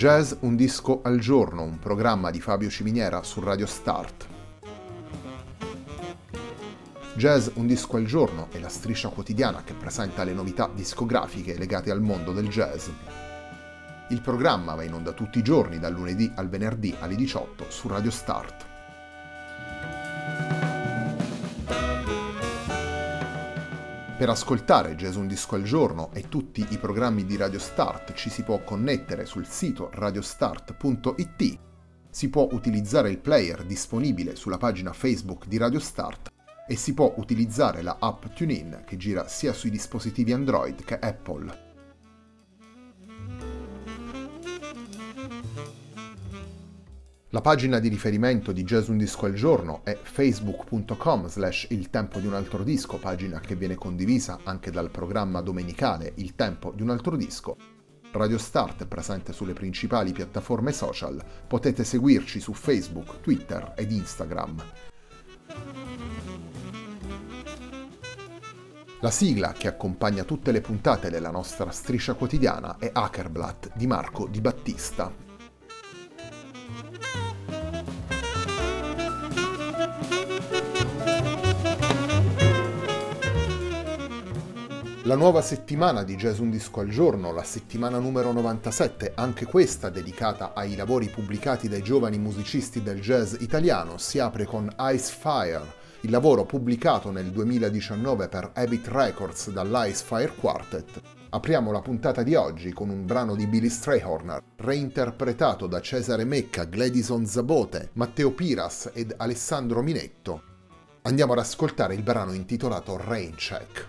Jazz un disco al giorno, un programma di Fabio Ciminiera su Radio Start. Jazz un disco al giorno è la striscia quotidiana che presenta le novità discografiche legate al mondo del jazz. Il programma va in onda tutti i giorni dal lunedì al venerdì alle 18 su Radio Start. Per ascoltare Jazz un disco al giorno e tutti i programmi di Radio Start ci si può connettere sul sito radiostart.it, si può utilizzare il player disponibile sulla pagina Facebook di Radio Start e si può utilizzare la app TuneIn che gira sia sui dispositivi Android che Apple. La pagina di riferimento di Jazz un disco al giorno è facebook.com/Il tempo di un altro disco, pagina che viene condivisa anche dal programma domenicale Il tempo di un altro disco. Radio Start è presente sulle principali piattaforme social, potete seguirci su Facebook, Twitter ed Instagram. La sigla che accompagna tutte le puntate della nostra striscia quotidiana è Hackerblatt di Marco Di Battista. La nuova settimana di Jazz un disco al giorno, la settimana numero 97, anche questa dedicata ai lavori pubblicati dai giovani musicisti del jazz italiano, si apre con Ice Fire, il lavoro pubblicato nel 2019 per Habit Records dall'Ice Fire Quartet. Apriamo la puntata di oggi con un brano di Billy Strayhorn, reinterpretato da Cesare Mecca, Gladison Zabote, Matteo Piras ed Alessandro Minetto. Andiamo ad ascoltare il brano intitolato Rain Check.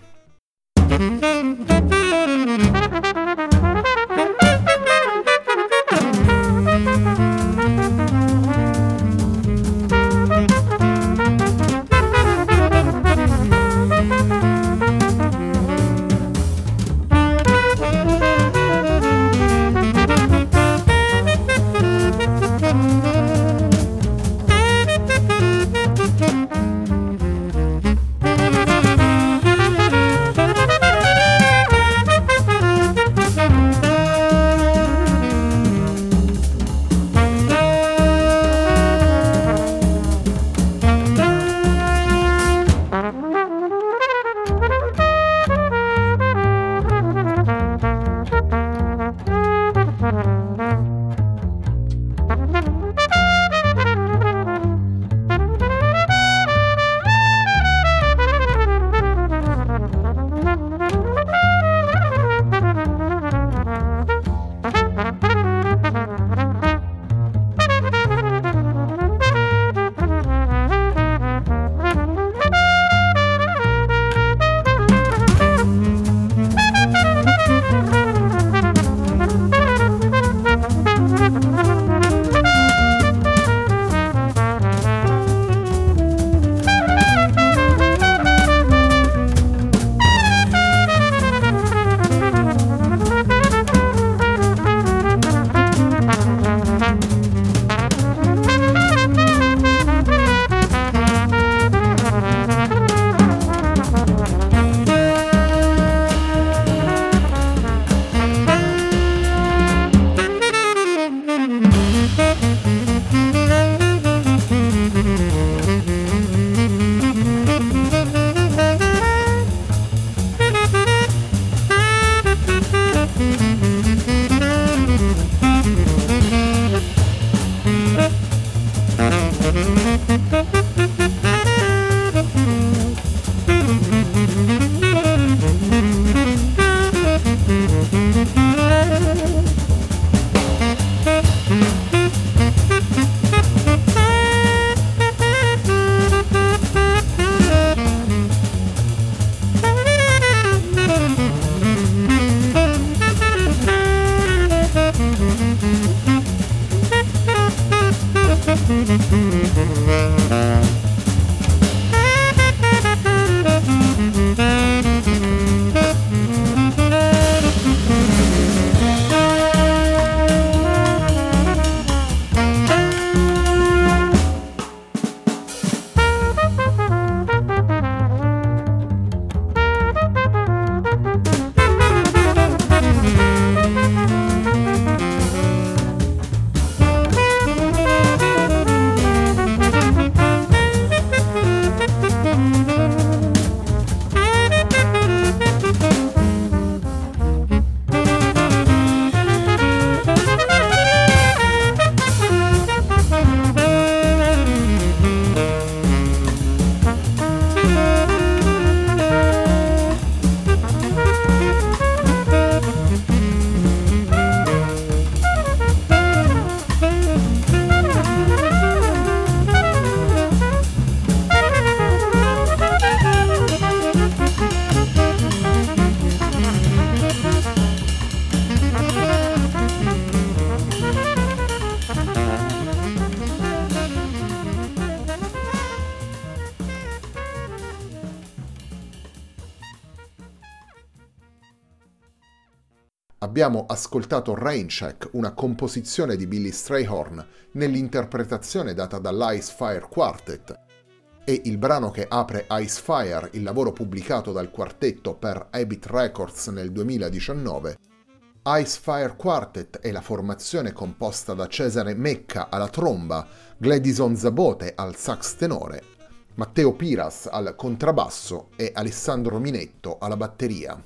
Abbiamo ascoltato Raincheck, una composizione di Billy Strayhorn, nell'interpretazione data dall'Ice Fire Quartet, e il brano che apre Ice Fire, il lavoro pubblicato dal quartetto per Habit Records nel 2019. Ice Fire Quartet è la formazione composta da Cesare Mecca alla tromba, Gladison Zabote al sax tenore, Matteo Piras al contrabbasso e Alessandro Minetto alla batteria.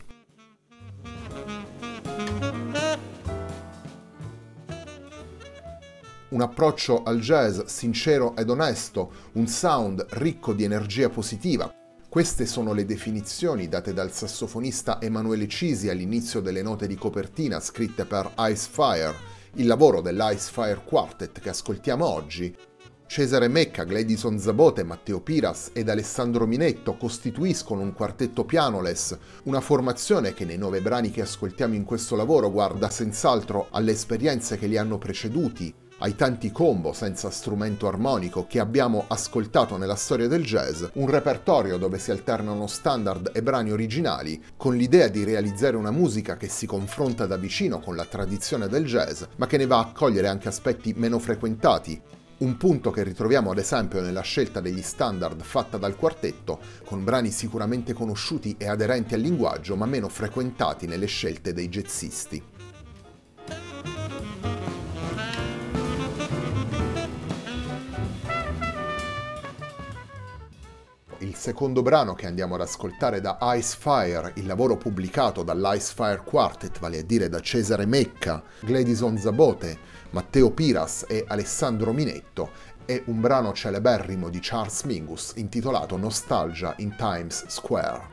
Un approccio al jazz sincero ed onesto, un sound ricco di energia positiva. Queste sono le definizioni date dal sassofonista Emanuele Cisi all'inizio delle note di copertina scritte per Ice Fire, il lavoro dell'Ice Fire Quartet che ascoltiamo oggi. Cesare Mecca, Gladison Zabote, Matteo Piras ed Alessandro Minetto costituiscono un quartetto pianoles, una formazione che nei 9 brani che ascoltiamo in questo lavoro guarda senz'altro alle esperienze che li hanno preceduti, ai tanti combo senza strumento armonico che abbiamo ascoltato nella storia del jazz, un repertorio dove si alternano standard e brani originali, con l'idea di realizzare una musica che si confronta da vicino con la tradizione del jazz, ma che ne va a cogliere anche aspetti meno frequentati. Un punto che ritroviamo ad esempio nella scelta degli standard fatta dal quartetto, con brani sicuramente conosciuti e aderenti al linguaggio, ma meno frequentati nelle scelte dei jazzisti. Il secondo brano che andiamo ad ascoltare da Ice Fire, il lavoro pubblicato dall'Ice Fire Quartet, vale a dire da Cesare Mecca, Gladison Zabote, Matteo Piras e Alessandro Minetto, è un brano celeberrimo di Charles Mingus intitolato Nostalgia in Times Square.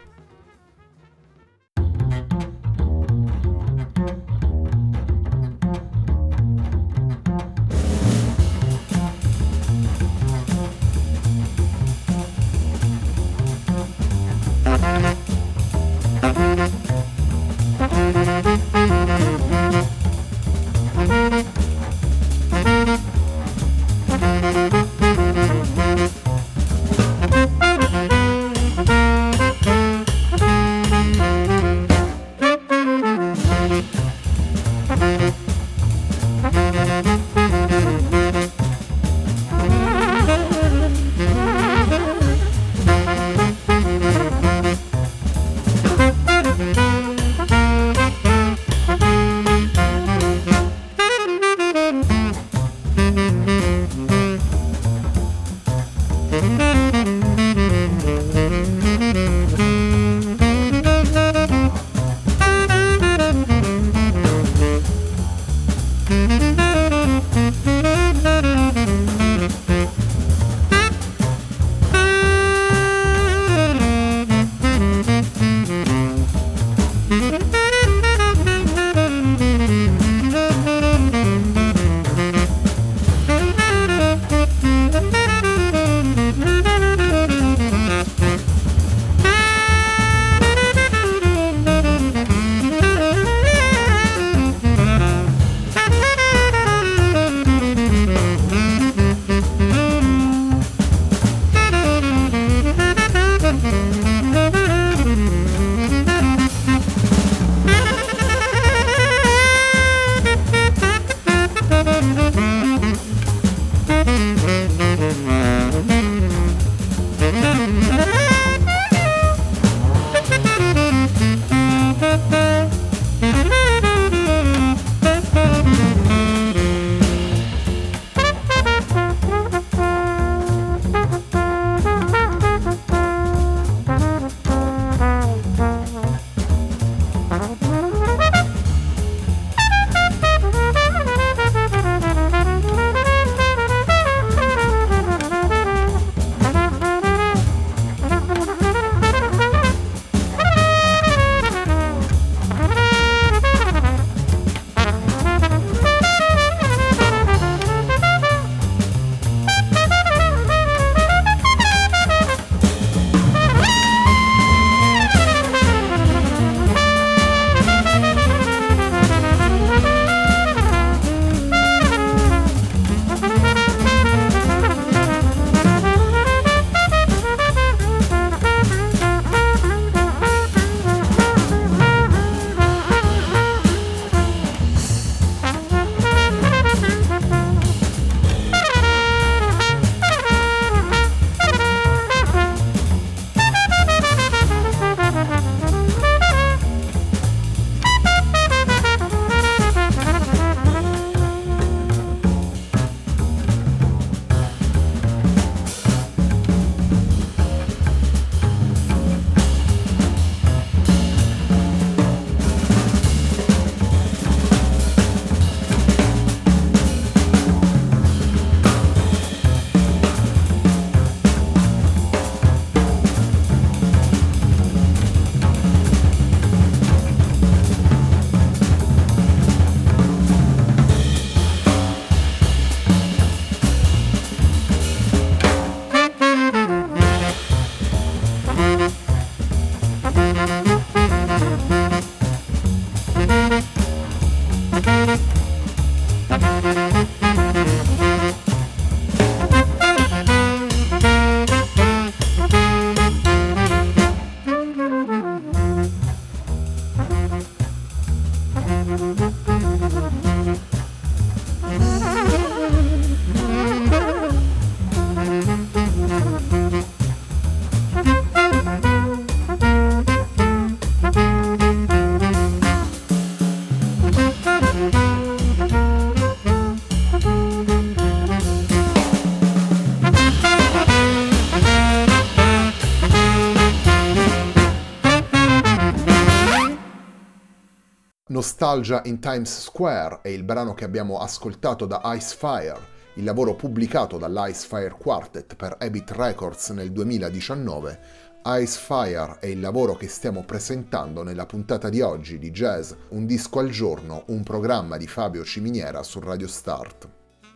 Nostalgia in Times Square è il brano che abbiamo ascoltato da Icefire, il lavoro pubblicato dall'Icefire Quartet per Habit Records nel 2019. Icefire è il lavoro che stiamo presentando nella puntata di oggi di Jazz Un disco al giorno, un programma di Fabio Ciminiera su Radio Start.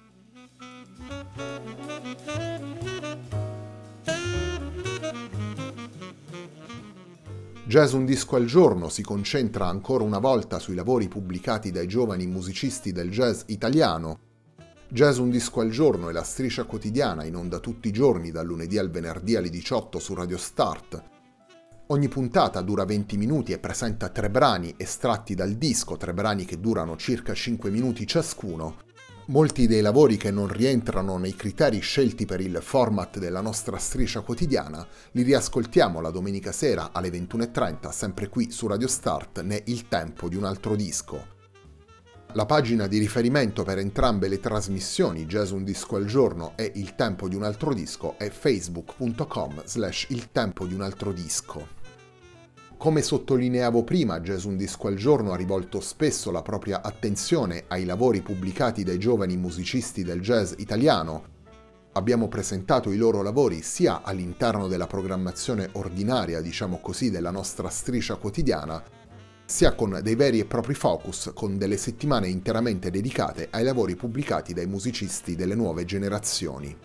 Jazz Un disco al giorno si concentra ancora una volta sui lavori pubblicati dai giovani musicisti del jazz italiano. Jazz Un disco al giorno è la striscia quotidiana in onda tutti i giorni dal lunedì al venerdì alle 18 su Radio Start. Ogni puntata dura 20 minuti e presenta 3 brani estratti dal disco, 3 brani che durano circa 5 minuti ciascuno. Molti dei lavori che non rientrano nei criteri scelti per il format della nostra striscia quotidiana li riascoltiamo la domenica sera alle 21:30, sempre qui su Radio Start, né Il tempo di un altro disco. La pagina di riferimento per entrambe le trasmissioni, Jazz Un disco al giorno e Il tempo di un altro disco, è facebook.com/Il tempo di un altro disco. Come sottolineavo prima, Jazz Un disco al giorno ha rivolto spesso la propria attenzione ai lavori pubblicati dai giovani musicisti del jazz italiano. Abbiamo presentato i loro lavori sia all'interno della programmazione ordinaria, diciamo così, della nostra striscia quotidiana, sia con dei veri e propri focus, con delle settimane interamente dedicate ai lavori pubblicati dai musicisti delle nuove generazioni.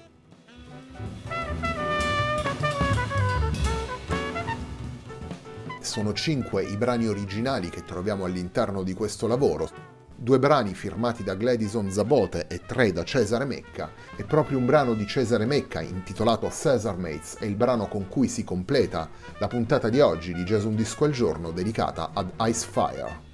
Sono 5 i brani originali che troviamo all'interno di questo lavoro, 2 brani firmati da Gladison Zabote e 3 da Cesare Mecca, e proprio un brano di Cesare Mecca intitolato Cesar Mates è il brano con cui si completa la puntata di oggi di Jazz Un disco al giorno dedicata ad Icefire.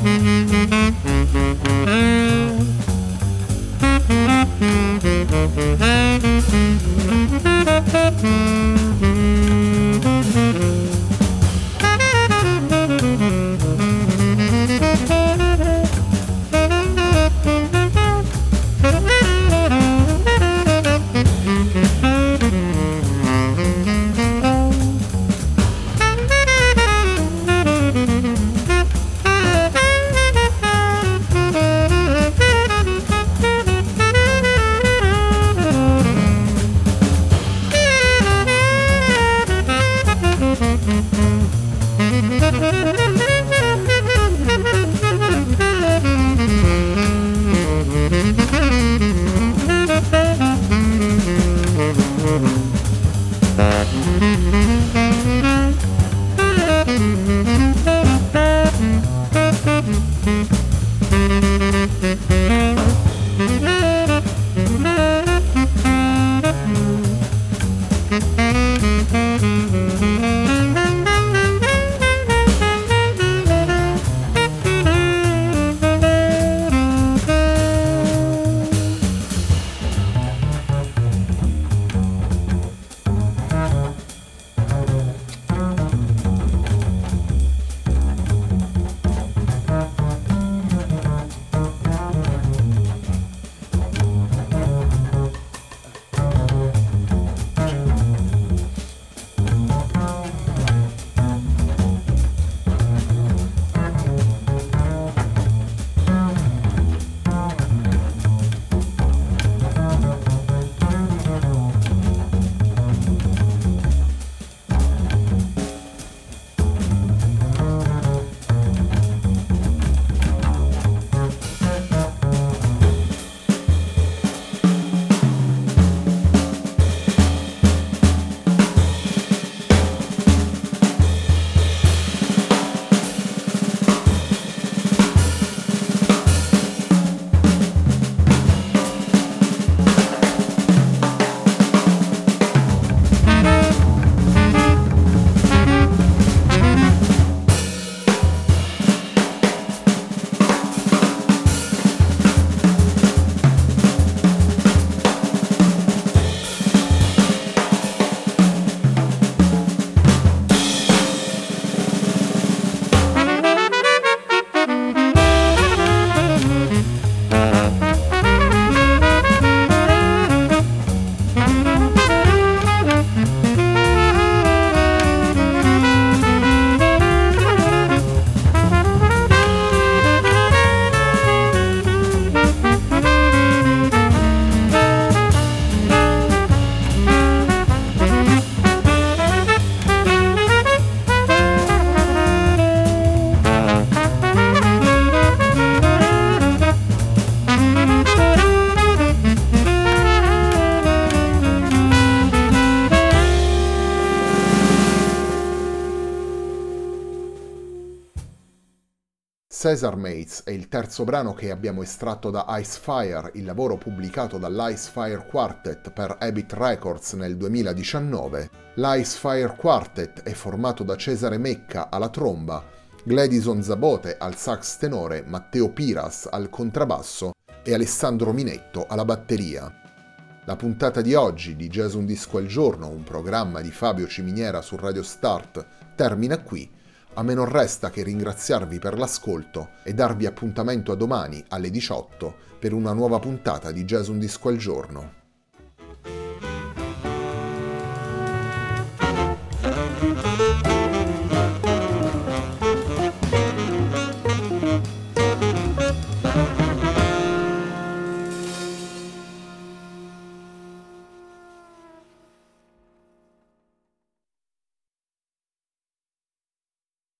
Cesar Mates è il terzo brano che abbiamo estratto da Icefire, il lavoro pubblicato dall'Icefire Quartet per Habit Records nel 2019. L'Icefire Quartet è formato da Cesare Mecca alla tromba, Gladison Zabote al sax tenore, Matteo Piras al contrabbasso e Alessandro Minetto alla batteria. La puntata di oggi di Jazz Un Disco al Giorno, un programma di Fabio Ciminiera su Radio Start, termina qui. A me non resta che ringraziarvi per l'ascolto e darvi appuntamento a domani alle 18 per una nuova puntata di Jazz Un Disco al Giorno.